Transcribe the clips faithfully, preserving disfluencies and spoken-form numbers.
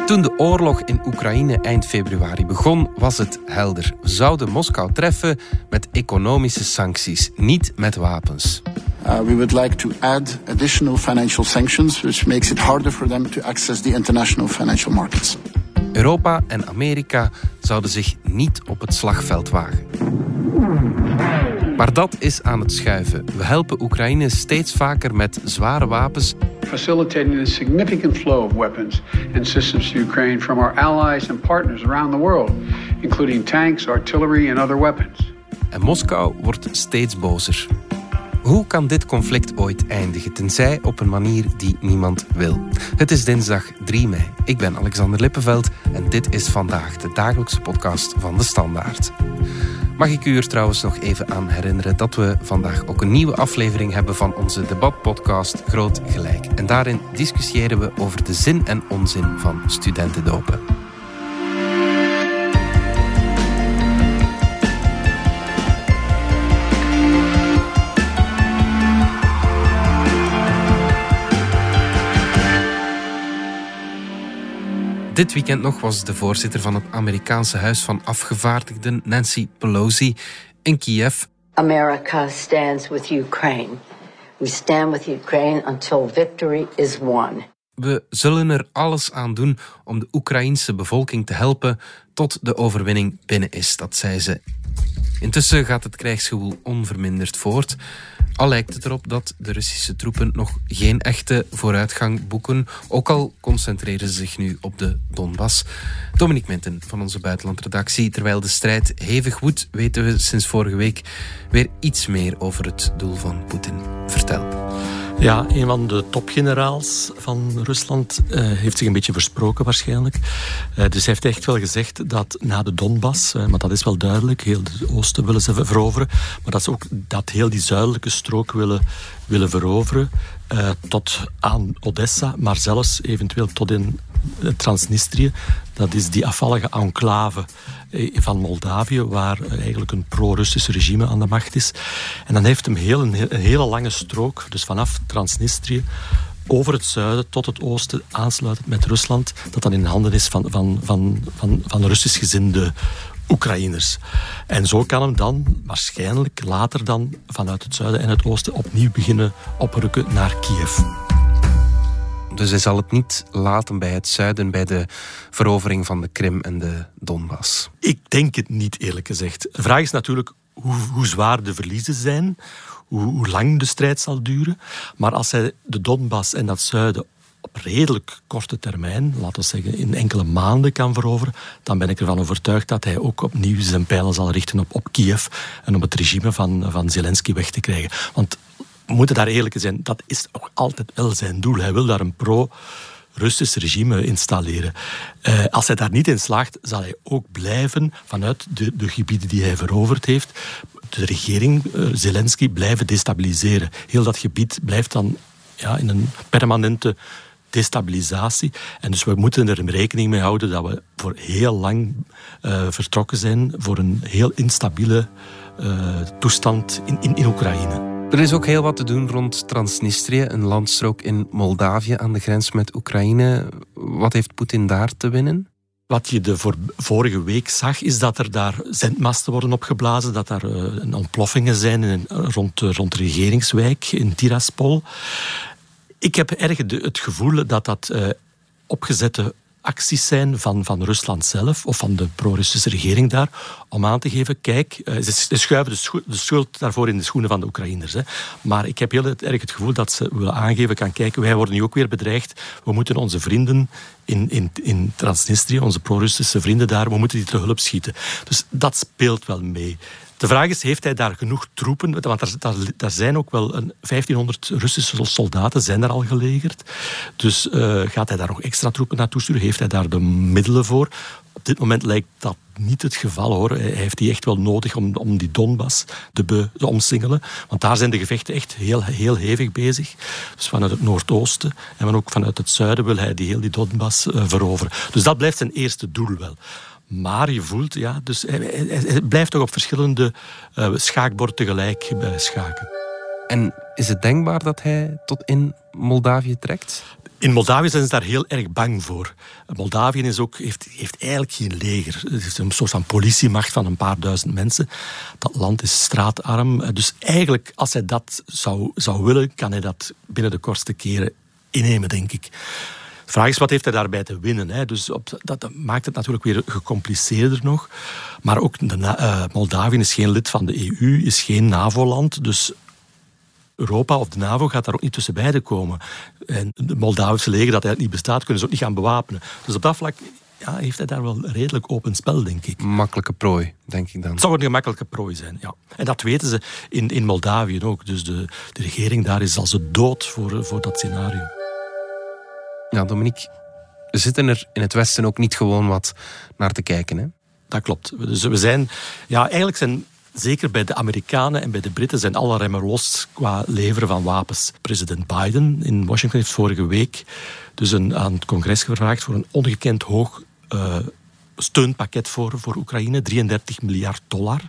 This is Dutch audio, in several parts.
Toen de oorlog in Oekraïne eind februari begon, was het helder. We zouden Moskou treffen met economische sancties, niet met wapens. Uh, we would like to add additional financial sanctions, which makes it harder for them to access the international financial markets. Europa en Amerika zouden zich niet op het slagveld wagen. Maar dat is aan het schuiven. We helpen Oekraïne steeds vaker met zware wapens. Facilitating the significant flow of weapons and systems to Ukraine from our allies and partners around the world, including tanks, artillery and other weapons. En Moskou wordt steeds bozer. Hoe kan dit conflict ooit eindigen, tenzij op een manier die niemand wil? Het is dinsdag drie mei. Ik ben Alexander Lippenveld en dit is vandaag de dagelijkse podcast van De Standaard. Mag ik u er trouwens nog even aan herinneren dat we vandaag ook een nieuwe aflevering hebben van onze debatpodcast Groot Gelijk. En daarin discussiëren we over de zin en onzin van studentendopen. Dit weekend nog was de voorzitter van het Amerikaanse Huis van Afgevaardigden, Nancy Pelosi, in Kiev. America stands with Ukraine. We stand with Ukraine until victory is won. We zullen er alles aan doen om de Oekraïense bevolking te helpen tot de overwinning binnen is, dat zei ze. Intussen gaat het krijgsgewoel onverminderd voort. Al lijkt het erop dat de Russische troepen nog geen echte vooruitgang boeken, ook al concentreren ze zich nu op de Donbass. Dominique Minten van onze buitenlandredactie. Terwijl de strijd hevig woedt, weten we sinds vorige week weer iets meer over het doel van Poetin. Vertel. Ja, een van de topgeneraals van Rusland uh, heeft zich een beetje versproken waarschijnlijk. Uh, dus hij heeft echt wel gezegd dat na de Donbass, uh, maar dat is wel duidelijk, heel het oosten willen ze veroveren, maar dat ze ook dat heel die zuidelijke strook willen, willen veroveren, uh, tot aan Odessa, maar zelfs eventueel tot in Transnistrië. Dat is die afvallige enclave van Moldavië, waar eigenlijk een pro-Russisch regime aan de macht is. En dan heeft hem heel, een, een hele lange strook, dus vanaf Transnistrië, over het zuiden tot het oosten, aansluitend met Rusland, dat dan in handen is van, van, van, van, van Russisch gezinde Oekraïners. En zo kan hem dan waarschijnlijk later dan vanuit het zuiden en het oosten opnieuw beginnen oprukken naar Kiev. Dus hij zal het niet laten bij het zuiden, bij de verovering van de Krim en de Donbass? Ik denk het niet, eerlijk gezegd. De vraag is natuurlijk hoe, hoe zwaar de verliezen zijn, hoe, hoe lang de strijd zal duren. Maar als hij de Donbass en dat zuiden op redelijk korte termijn, laten we zeggen in enkele maanden kan veroveren, dan ben ik ervan overtuigd dat hij ook opnieuw zijn pijlen zal richten op, op Kiev en om het regime van, van Zelensky weg te krijgen. Want we moeten daar eerlijk in zijn, dat is ook altijd wel zijn doel. Hij wil daar een pro-Russisch regime installeren. Uh, als hij daar niet in slaagt, zal hij ook blijven vanuit de, de gebieden die hij veroverd heeft, de regering uh, Zelensky blijven destabiliseren. Heel dat gebied blijft dan ja, in een permanente destabilisatie. En dus we moeten er rekening mee houden dat we voor heel lang uh, vertrokken zijn voor een heel instabiele uh, toestand in, in, in Oekraïne. Er is ook heel wat te doen rond Transnistrië, een landstrook in Moldavië aan de grens met Oekraïne. Wat heeft Poetin daar te winnen? Wat je de voor, vorige week zag, is dat er daar zendmasten worden opgeblazen, dat er uh, ontploffingen zijn in, rond, rond de regeringswijk in Tiraspol. Ik heb erg de, het gevoel dat dat uh, opgezette acties zijn van, van Rusland zelf of van de pro-Russische regering daar, om aan te geven, kijk, uh, ze schuiven de, scho- de schuld daarvoor in de schoenen van de Oekraïners. Hè. Maar ik heb heel erg het gevoel dat ze willen aangeven, kan kijken, wij worden nu ook weer bedreigd, we moeten onze vrienden in, in, in Transnistrië, onze pro-Russische vrienden daar, we moeten die te hulp schieten. Dus dat speelt wel mee. De vraag is, heeft hij daar genoeg troepen? Want daar, daar, daar zijn ook wel een vijftienhonderd Russische soldaten zijn er al gelegerd. Dus uh, gaat hij daar nog extra troepen naartoe sturen? Heeft hij daar de middelen voor? Op dit moment lijkt dat niet het geval, hoor. Hij heeft die echt wel nodig om, om die Donbass te, be, te omsingelen. Want daar zijn de gevechten echt heel, heel hevig bezig. Dus vanuit het noordoosten en ook vanuit het zuiden wil hij die heel die Donbass uh, veroveren. Dus dat blijft zijn eerste doel wel. Maar je voelt, ja, dus hij, hij, hij blijft toch op verschillende uh, schaakborden tegelijk uh, schaken. En is het denkbaar dat hij tot in Moldavië trekt? In Moldavië zijn ze daar heel erg bang voor. Moldavië is ook, heeft, heeft eigenlijk geen leger. Het is een soort van politiemacht van een paar duizend mensen. Dat land is straatarm. Dus eigenlijk, als hij dat zou, zou willen, kan hij dat binnen de kortste keren innemen, denk ik. De vraag is, wat heeft hij daarbij te winnen? Hè? Dus op, dat, dat maakt het natuurlijk weer gecompliceerder nog. Maar ook de, uh, Moldavië is geen lid van de E U, is geen NAVO-land. Dus Europa of de NAVO gaat daar ook niet tussen beiden komen. En de Moldavische leger dat eigenlijk niet bestaat, kunnen ze ook niet gaan bewapenen. Dus op dat vlak ja, heeft hij daar wel redelijk open spel, denk ik. Makkelijke prooi, denk ik dan. Het zou een gemakkelijke prooi zijn, ja. En dat weten ze in, in Moldavië ook. Dus de, de regering daar is als de dood voor, voor dat scenario. Ja, Dominique, we zitten er in het Westen ook niet gewoon wat naar te kijken, hè? Dat klopt. Dus we zijn... Ja, eigenlijk zijn... Zeker bij de Amerikanen en bij de Britten zijn alle remmen los qua leveren van wapens. President Biden in Washington heeft vorige week dus een, aan het congres gevraagd voor een ongekend hoog uh, steunpakket voor, voor Oekraïne, drieëndertig miljard dollar.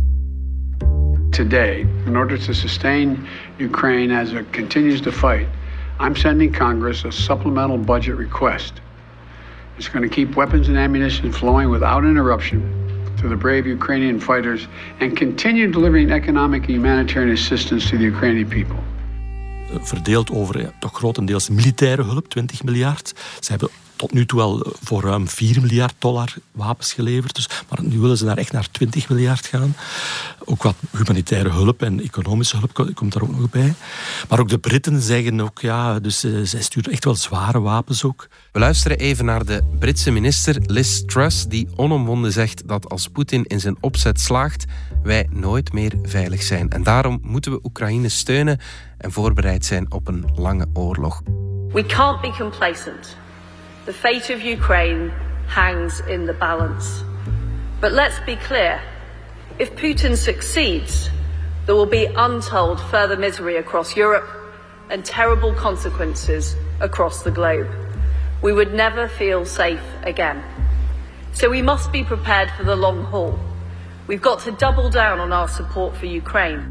Today, in order to sustain Ukraine as it continues to fight, I'm sending Congress a supplemental budget request. It's going to keep weapons and ammunition flowing without interruption to the brave Ukrainian fighters and continue delivering economic and humanitarian assistance to the Ukrainian people. Verdeeld over ja, toch grotendeels militaire hulp, twintig miljard. Ze hebben tot nu toe al voor ruim vier miljard dollar wapens geleverd. Dus, maar nu willen ze naar echt naar twintig miljard gaan. Ook wat humanitaire hulp en economische hulp komt daar ook nog bij. Maar ook de Britten zeggen ook, ja, dus uh, zij sturen echt wel zware wapens ook. We luisteren even naar de Britse minister Liz Truss, die onomwonden zegt dat als Poetin in zijn opzet slaagt, wij nooit meer veilig zijn. En daarom moeten we Oekraïne steunen en voorbereid zijn op een lange oorlog. We can't be complacent. The fate of Ukraine hangs in the balance. But let's be clear. If Putin succeeds, there will be untold further misery across Europe and terrible consequences across the globe. We would never feel safe again. So we must be prepared for the long haul. We've got to double down on our support for Ukraine.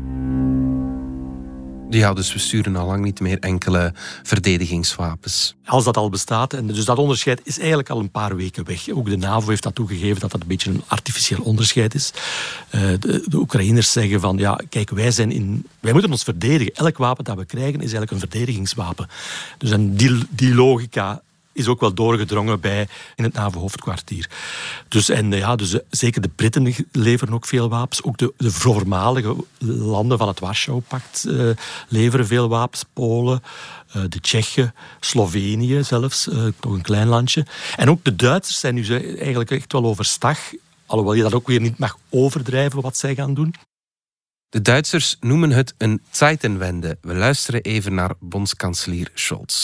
Ja, dus we sturen al lang niet meer enkele verdedigingswapens. Als dat al bestaat. En dus dat onderscheid is eigenlijk al een paar weken weg. Ook de NAVO heeft dat toegegeven dat dat een beetje een artificieel onderscheid is. Uh, de, de Oekraïners zeggen van, ja, kijk, wij zijn in... Wij moeten ons verdedigen. Elk wapen dat we krijgen is eigenlijk een verdedigingswapen. Dus en die, die logica is ook wel doorgedrongen bij in het NAVO-hoofdkwartier. Dus, en ja, dus zeker de Britten leveren ook veel wapens. Ook de, de voormalige landen van het Warschau-pact uh, leveren veel wapens. Polen, uh, de Tsjechen, Slovenië zelfs, uh, nog een klein landje. En ook de Duitsers zijn nu eigenlijk echt wel overstag. Alhoewel je dat ook weer niet mag overdrijven wat zij gaan doen. De Duitsers noemen het een Zeitenwende. We luisteren even naar bondskanselier Scholz.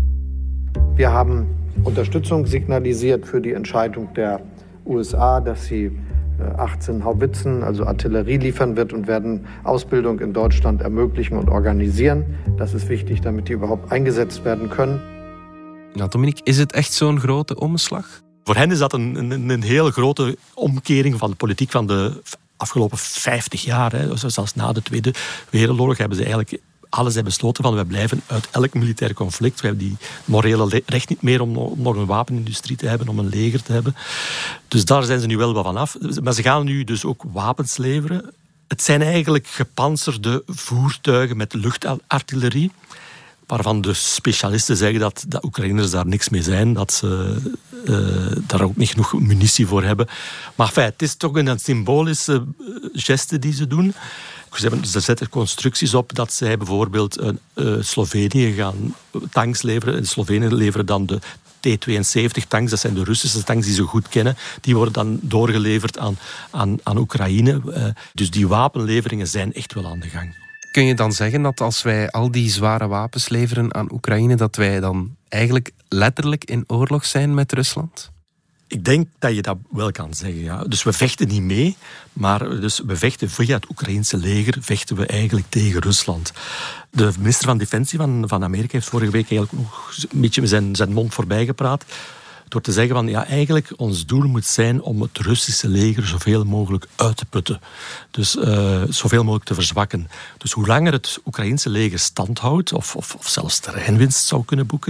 Wir haben Unterstützung signalisiert für die Entscheidung der U S A, dass sie achtzehn Haubitzen, also Artillerie, liefern wird und werden Ausbildung in Deutschland ermöglichen und organisieren. Das ist wichtig, damit die überhaupt eingesetzt werden können. Ja, Dominique, is het echt zo'n grote omslag? Voor hen is dat een, een, een heel grote omkering van de politiek van de afgelopen vijftig jaar. Hè. Zelfs na de Tweede Wereldoorlog hebben ze eigenlijk alles hebben besloten van, we blijven uit elk militair conflict. We hebben die morele recht niet meer om, om nog een wapenindustrie te hebben, om een leger te hebben. Dus daar zijn ze nu wel wat van af. Maar ze gaan nu dus ook wapens leveren. Het zijn eigenlijk gepantserde voertuigen met luchtartillerie, waarvan de specialisten zeggen dat de Oekraïners daar niks mee zijn, dat ze uh, daar ook niet genoeg munitie voor hebben. Maar enfin, het is toch een symbolische geste die ze doen. Ze, hebben, ze zetten constructies op dat zij bijvoorbeeld uh, Slovenië gaan tanks leveren. En Slovenië leveren dan de T tweeënzeventig tanks, dat zijn de Russische tanks die ze goed kennen. Die worden dan doorgeleverd aan, aan, aan Oekraïne. Uh, dus die wapenleveringen zijn echt wel aan de gang. Kun je dan zeggen dat als wij al die zware wapens leveren aan Oekraïne, dat wij dan eigenlijk letterlijk in oorlog zijn met Rusland? Ik denk dat je dat wel kan zeggen, ja. Dus we vechten niet mee, maar dus we vechten via het Oekraïense leger, vechten we eigenlijk tegen Rusland. De minister van Defensie van, van Amerika heeft vorige week eigenlijk nog een beetje zijn, zijn mond voorbij gepraat, door te zeggen van, ja, eigenlijk ons doel moet zijn om het Russische leger zoveel mogelijk uit te putten. Dus uh, zoveel mogelijk te verzwakken. Dus hoe langer het Oekraïense leger stand houdt, of, of, of zelfs terreinwinst zou kunnen boeken,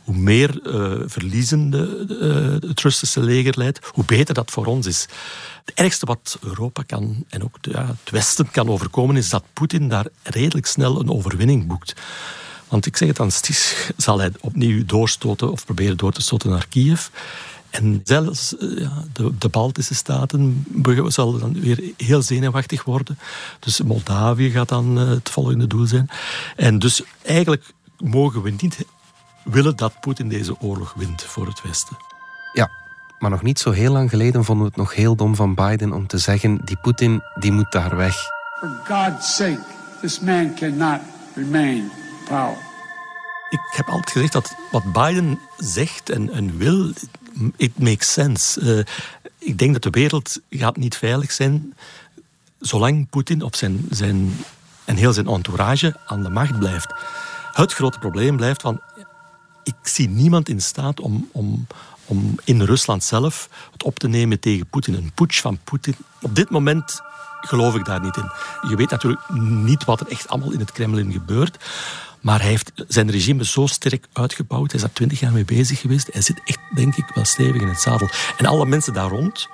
hoe meer uh, verliezen de, uh, het Russische leger leidt, hoe beter dat voor ons is. Het ergste wat Europa kan, en ook de, ja, het Westen kan overkomen, is dat Poetin daar redelijk snel een overwinning boekt. Want ik zeg het, dan zal hij opnieuw doorstoten of proberen door te stoten naar Kiev. En zelfs ja, de, de Baltische staten zullen dan weer heel zenuwachtig worden. Dus Moldavië gaat dan uh, het volgende doel zijn. En dus eigenlijk mogen we niet willen dat Poetin deze oorlog wint voor het Westen. Ja, maar nog niet zo heel lang geleden vonden we het nog heel dom van Biden om te zeggen, die Poetin, die moet daar weg. For God's sake, this man cannot remain power. Ik heb altijd gezegd dat wat Biden zegt en, en wil, it makes sense. Uh, ik denk dat de wereld gaat niet veilig zijn zolang Poetin op zijn, zijn, en heel zijn entourage aan de macht blijft. Het grote probleem blijft van, ik zie niemand in staat om, om, om in Rusland zelf het op te nemen tegen Poetin. Een putsch van Poetin. Op dit moment geloof ik daar niet in. Je weet natuurlijk niet wat er echt allemaal in het Kremlin gebeurt. Maar hij heeft zijn regime zo sterk uitgebouwd. Hij is daar twintig jaar mee bezig geweest. Hij zit echt, denk ik, wel stevig in het zadel. En alle mensen daar rond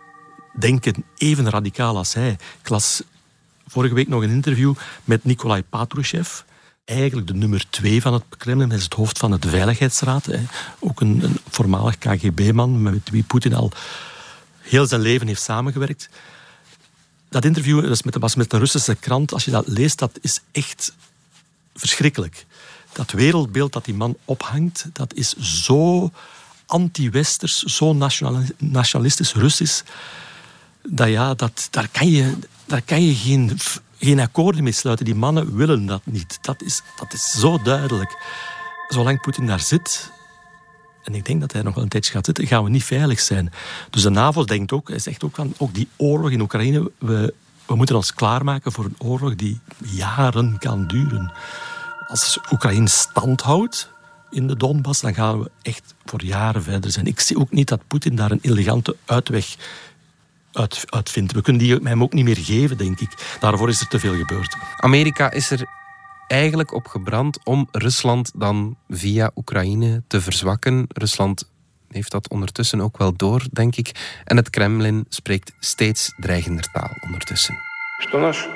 denken even radicaal als hij. Ik las vorige week nog een interview met Nikolai Patrushev. Eigenlijk de nummer twee van het Kremlin. Hij is het hoofd van de Veiligheidsraad. Ook een, een voormalig K G B-man met wie Poetin al heel zijn leven heeft samengewerkt. Dat interview dat was met een Russische krant. Als je dat leest, dat is echt verschrikkelijk. Dat wereldbeeld dat die man ophangt, dat is zo anti-westers, zo nationalistisch Russisch, dat ja, dat, daar kan je, daar kan je geen, geen akkoorden mee sluiten. Die mannen willen dat niet. Dat is, dat is zo duidelijk. Zolang Poetin daar zit, en ik denk dat hij nog wel een tijdje gaat zitten, gaan we niet veilig zijn. Dus de NAVO denkt ook, hij zegt ook van, ook die oorlog in Oekraïne, we, we moeten ons klaarmaken voor een oorlog die jaren kan duren. Als Oekraïne stand houdt in de Donbass, dan gaan we echt voor jaren verder zijn. Ik zie ook niet dat Poetin daar een elegante uitweg uit, uit vindt. We kunnen die hem ook niet meer geven, denk ik. Daarvoor is er te veel gebeurd. Amerika is er eigenlijk op gebrand om Rusland dan via Oekraïne te verzwakken. Rusland heeft dat ondertussen ook wel door, denk ik. En het Kremlin spreekt steeds dreigender taal ondertussen. Что наш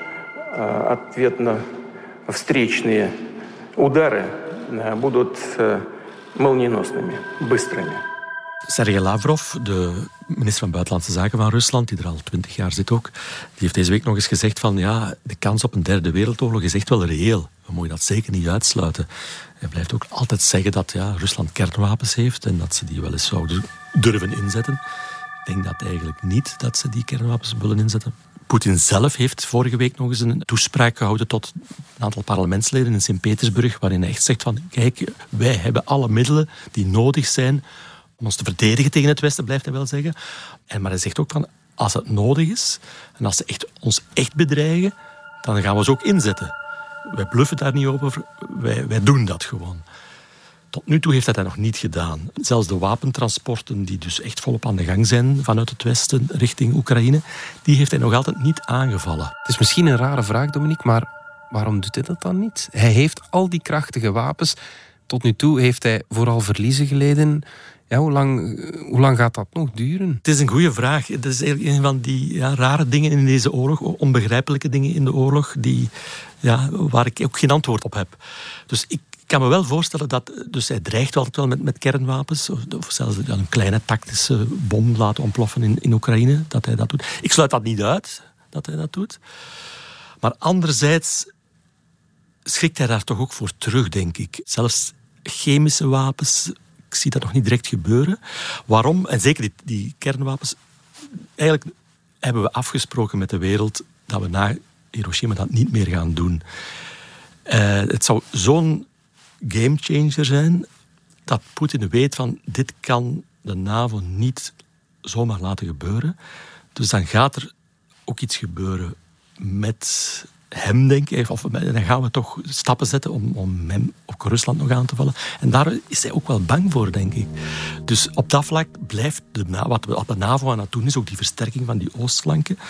ответно встречные удары будут молниеносными, быстрыми. Sergei Lavrov, de minister van Buitenlandse Zaken van Rusland, die er al twintig jaar zit ook, die heeft deze week nog eens gezegd van ja, de kans op een derde wereldoorlog is echt wel reëel. We mogen dat zeker niet uitsluiten. Hij blijft ook altijd zeggen dat ja, Rusland kernwapens heeft en dat ze die wel eens zouden durven inzetten. Ik denk dat eigenlijk niet dat ze die kernwapens willen inzetten. Poetin zelf heeft vorige week nog eens een toespraak gehouden tot een aantal parlementsleden in Sint-Petersburg, waarin hij echt zegt van kijk, wij hebben alle middelen die nodig zijn om ons te verdedigen tegen het Westen, blijft hij wel zeggen. En, maar hij zegt ook van, als het nodig is en als ze echt, ons echt bedreigen, dan gaan we ze ook inzetten. Wij bluffen daar niet over, wij, wij doen dat gewoon. Tot nu toe heeft hij dat nog niet gedaan. Zelfs de wapentransporten die dus echt volop aan de gang zijn vanuit het Westen richting Oekraïne, die heeft hij nog altijd niet aangevallen. Het is misschien een rare vraag, Dominique, maar waarom doet hij dat dan niet? Hij heeft al die krachtige wapens. Tot nu toe heeft hij vooral verliezen geleden. Ja, hoe lang, hoe lang gaat dat nog duren? Het is een goede vraag. Het is eigenlijk een van die ja, rare dingen in deze oorlog, onbegrijpelijke dingen in de oorlog, die, ja, waar ik ook geen antwoord op heb. Dus ik kan me wel voorstellen dat, dus hij dreigt altijd wel met, met kernwapens, of, of zelfs een kleine tactische bom laten ontploffen in, in Oekraïne, dat hij dat doet. Ik sluit dat niet uit, dat hij dat doet. Maar anderzijds schrikt hij daar toch ook voor terug, denk ik. Zelfs chemische wapens, ik zie dat nog niet direct gebeuren. Waarom? En zeker die, die kernwapens. Eigenlijk hebben we afgesproken met de wereld dat we na Hiroshima dat niet meer gaan doen. Uh, het zou zo'n gamechanger zijn dat Poetin weet van dit kan de NAVO niet zomaar laten gebeuren. Dus dan gaat er ook iets gebeuren met hem, denk ik. Of dan gaan we toch stappen zetten om, om hem ook Rusland nog aan te vallen. En daar is hij ook wel bang voor, denk ik. Dus op dat vlak blijft de, wat, wat de NAVO aan het doen is, ook die versterking van die oostflanken,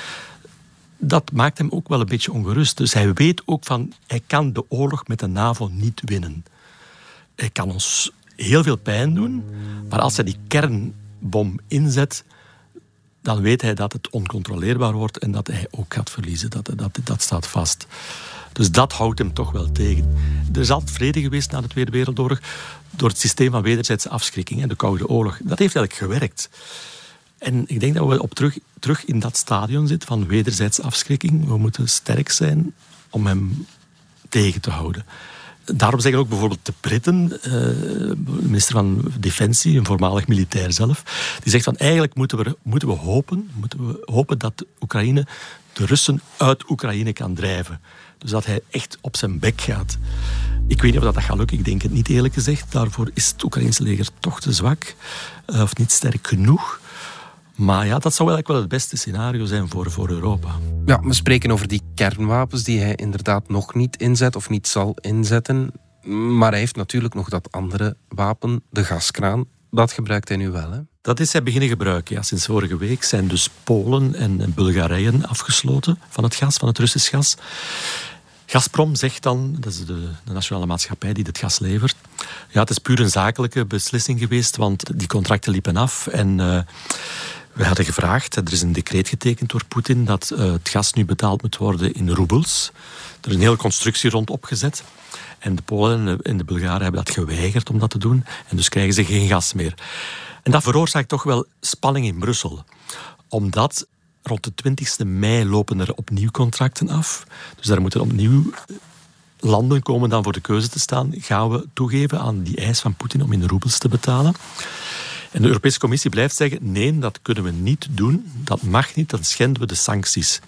dat maakt hem ook wel een beetje ongerust. Dus hij weet ook van, hij kan de oorlog met de NAVO niet winnen. Hij kan ons heel veel pijn doen. Maar als hij die kernbom inzet, dan weet hij dat het oncontroleerbaar wordt en dat hij ook gaat verliezen. Dat, dat, dat staat vast. Dus dat houdt hem toch wel tegen. Er is altijd vrede geweest na de Tweede Wereldoorlog door het systeem van wederzijdse afschrikking, de Koude Oorlog. Dat heeft eigenlijk gewerkt. En ik denk dat we op terug, terug in dat stadion zitten van wederzijdse afschrikking. We moeten sterk zijn om hem tegen te houden. Daarom zeggen ook bijvoorbeeld de Britten, de minister van Defensie, een voormalig militair zelf, die zegt van eigenlijk moeten we, moeten we, hopen, moeten we hopen dat Oekraïne de Russen uit Oekraïne kan drijven. Dus dat hij echt op zijn bek gaat. Ik weet niet of dat gaat lukken, ik denk het niet eerlijk gezegd. Daarvoor is het Oekraïnse leger toch te zwak, of niet sterk genoeg. Maar ja, dat zou eigenlijk wel het beste scenario zijn voor, voor Europa. Ja, we spreken over die kernwapens die hij inderdaad nog niet inzet of niet zal inzetten. Maar hij heeft natuurlijk nog dat andere wapen, de gaskraan. Dat gebruikt hij nu wel, hè? Dat is hij beginnen gebruiken. Ja. Sinds vorige week zijn dus Polen en Bulgarije afgesloten van het gas, van het Russisch gas. Gazprom zegt dan, dat is de, de nationale maatschappij die het gas levert, ja, het is puur een zakelijke beslissing geweest, want die contracten liepen af en uh, we hadden gevraagd, er is een decreet getekend door Poetin, dat uh, het gas nu betaald moet worden in roebels. Er is een hele constructie rond opgezet. En de Polen en de Bulgaren hebben dat geweigerd om dat te doen. En dus krijgen ze geen gas meer. En dat veroorzaakt toch wel spanning in Brussel. Omdat rond de twintigste mei lopen er opnieuw contracten af. Dus daar moeten opnieuw landen komen dan voor de keuze te staan. Gaan we toegeven aan die eis van Poetin om in roebels te betalen? En de Europese Commissie blijft zeggen, nee, dat kunnen we niet doen. Dat mag niet, dan schenden we de sancties.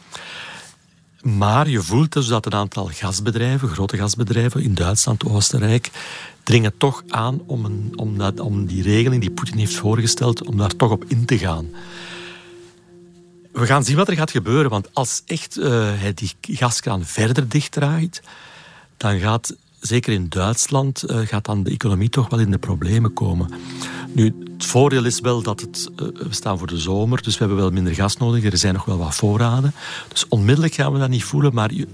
Maar je voelt dus dat een aantal gasbedrijven, grote gasbedrijven in Duitsland, Oostenrijk, dringen toch aan om, een, om, dat, om die regeling die Poetin heeft voorgesteld, om daar toch op in te gaan. We gaan zien wat er gaat gebeuren, want als echt uh, hij die gaskraan verder dichtdraait, dan gaat, zeker in Duitsland, uh, gaat dan de economie toch wel in de problemen komen. Nu, het voordeel is wel dat het, uh, we staan voor de zomer, dus we hebben wel minder gas nodig. Er zijn nog wel wat voorraden. Dus onmiddellijk gaan we dat niet voelen, maar je,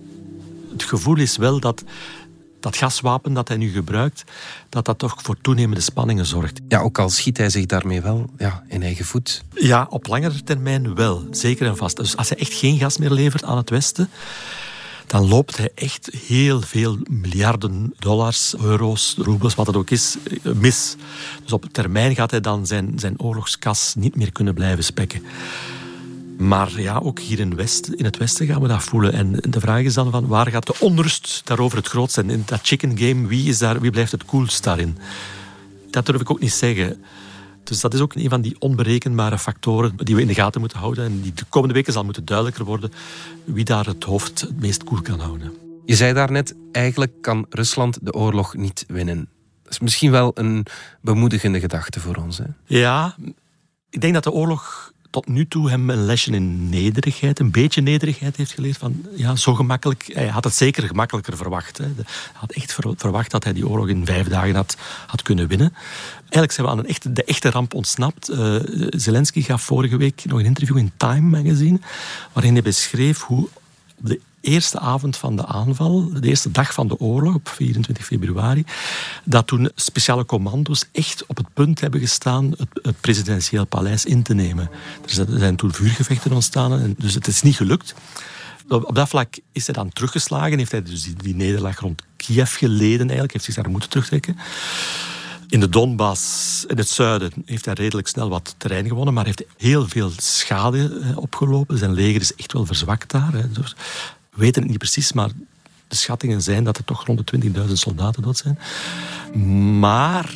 het gevoel is wel dat dat gaswapen dat hij nu gebruikt, dat dat toch voor toenemende spanningen zorgt. Ja, ook al schiet hij zich daarmee wel ja, in eigen voet. Ja, op langere termijn wel. Zeker en vast. Dus als hij echt geen gas meer levert aan het Westen, dan loopt hij echt heel veel miljarden dollars, euro's, roebels, wat het ook is, mis. Dus op termijn gaat hij dan zijn, zijn oorlogskas niet meer kunnen blijven spekken. Maar ja, ook hier in, West, in het Westen gaan we dat voelen. En de vraag is dan van waar gaat de onrust daarover het grootst zijn? In dat chicken game, wie, is daar, wie blijft het coolst daarin? Dat durf ik ook niet zeggen. Dus dat is ook een van die onberekenbare factoren die we in de gaten moeten houden. En die de komende weken zal moeten duidelijker worden wie daar het hoofd het meest koel kan houden. Je zei daarnet, eigenlijk kan Rusland de oorlog niet winnen. Dat is misschien wel een bemoedigende gedachte voor ons, hè? Ja, ik denk dat de oorlog tot nu toe hem een lesje in nederigheid, een beetje nederigheid heeft geleerd. Van, ja, zo gemakkelijk. Hij had het zeker gemakkelijker verwacht. Hè. Hij had echt verwacht dat hij die oorlog in vijf dagen had, had kunnen winnen. Eigenlijk zijn we aan een echte, de echte ramp ontsnapt. Uh, Zelensky gaf vorige week nog een interview in Time magazine, waarin hij beschreef hoe op de eerste avond van de aanval, de eerste dag van de oorlog, op vierentwintig februari, dat toen speciale commando's echt op het punt hebben gestaan het, het presidentieel paleis in te nemen. Er zijn toen vuurgevechten ontstaan, en dus het is niet gelukt. Op dat vlak is hij dan teruggeslagen, heeft hij dus die, die nederlaag rond Kiev geleden eigenlijk, heeft zich daar moeten terugtrekken. In de Donbass, in het zuiden, heeft hij redelijk snel wat terrein gewonnen, maar heeft heel veel schade opgelopen. Zijn leger is echt wel verzwakt daar. Hè. Dus we weten het niet precies, maar de schattingen zijn dat er toch rond de twintigduizend soldaten dood zijn. Maar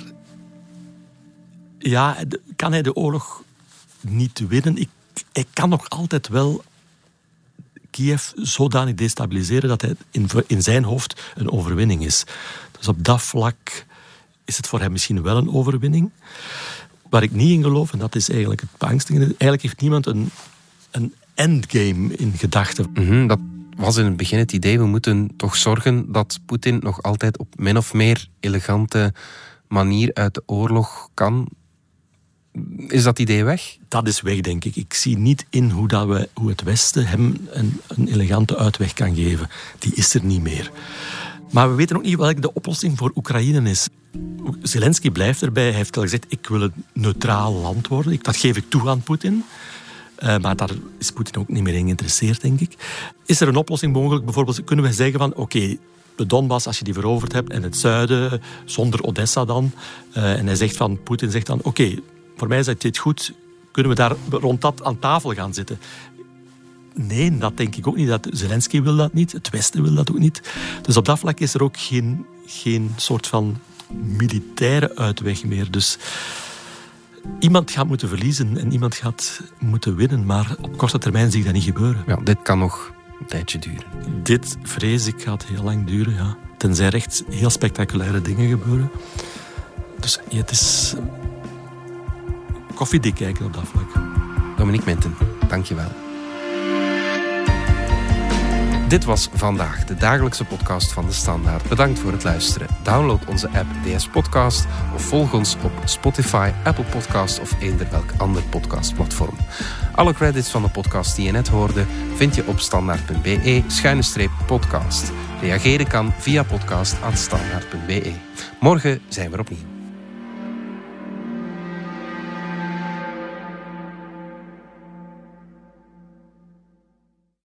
ja, kan hij de oorlog niet winnen? Ik, hij kan nog altijd wel Kiev zodanig destabiliseren dat hij in, in zijn hoofd een overwinning is. Dus op dat vlak is het voor hem misschien wel een overwinning. Waar ik niet in geloof, en dat is eigenlijk het beangstigende, eigenlijk heeft niemand een, een endgame in gedachten. Mm-hmm, dat was in het begin het idee, we moeten toch zorgen dat Poetin nog altijd op min of meer elegante manier uit de oorlog kan. Is dat idee weg? Dat is weg, denk ik. Ik zie niet in hoe, dat we, hoe het Westen hem een, een elegante uitweg kan geven. Die is er niet meer. Maar we weten ook niet welke de oplossing voor Oekraïne is. Zelensky blijft erbij. Hij heeft al gezegd, ik wil een neutraal land worden. Dat geef ik toe aan Poetin. Uh, maar daar is Poetin ook niet meer in geïnteresseerd, denk ik. Is er een oplossing mogelijk? Bijvoorbeeld kunnen we zeggen van, oké, okay, de Donbass, als je die veroverd hebt, en het zuiden, zonder Odessa dan. Uh, en hij zegt van, Poetin zegt dan, oké, okay, voor mij is dit goed. Kunnen we daar rond dat aan tafel gaan zitten? Nee, dat denk ik ook niet. Dat Zelensky wil dat niet. Het Westen wil dat ook niet. Dus op dat vlak is er ook geen, geen soort van militaire uitweg meer. Dus iemand gaat moeten verliezen en iemand gaat moeten winnen. Maar op korte termijn zie ik dat niet gebeuren. Ja, dit kan nog een tijdje duren. Dit, vrees ik, gaat heel lang duren. Ja. Tenzij er echt heel spectaculaire dingen gebeuren. Dus ja, het is koffiedik kijken op dat vlak. Dominique Minten, dank je wel. Dit was Vandaag, de dagelijkse podcast van De Standaard. Bedankt voor het luisteren. Download onze app D S Podcast of volg ons op Spotify, Apple Podcast of eender welk ander podcastplatform. Alle credits van de podcast die je net hoorde vind je op standaard.be schuine streep podcast. Reageren kan via podcast apenstaartstandaard punt be. Morgen zijn we er opnieuw.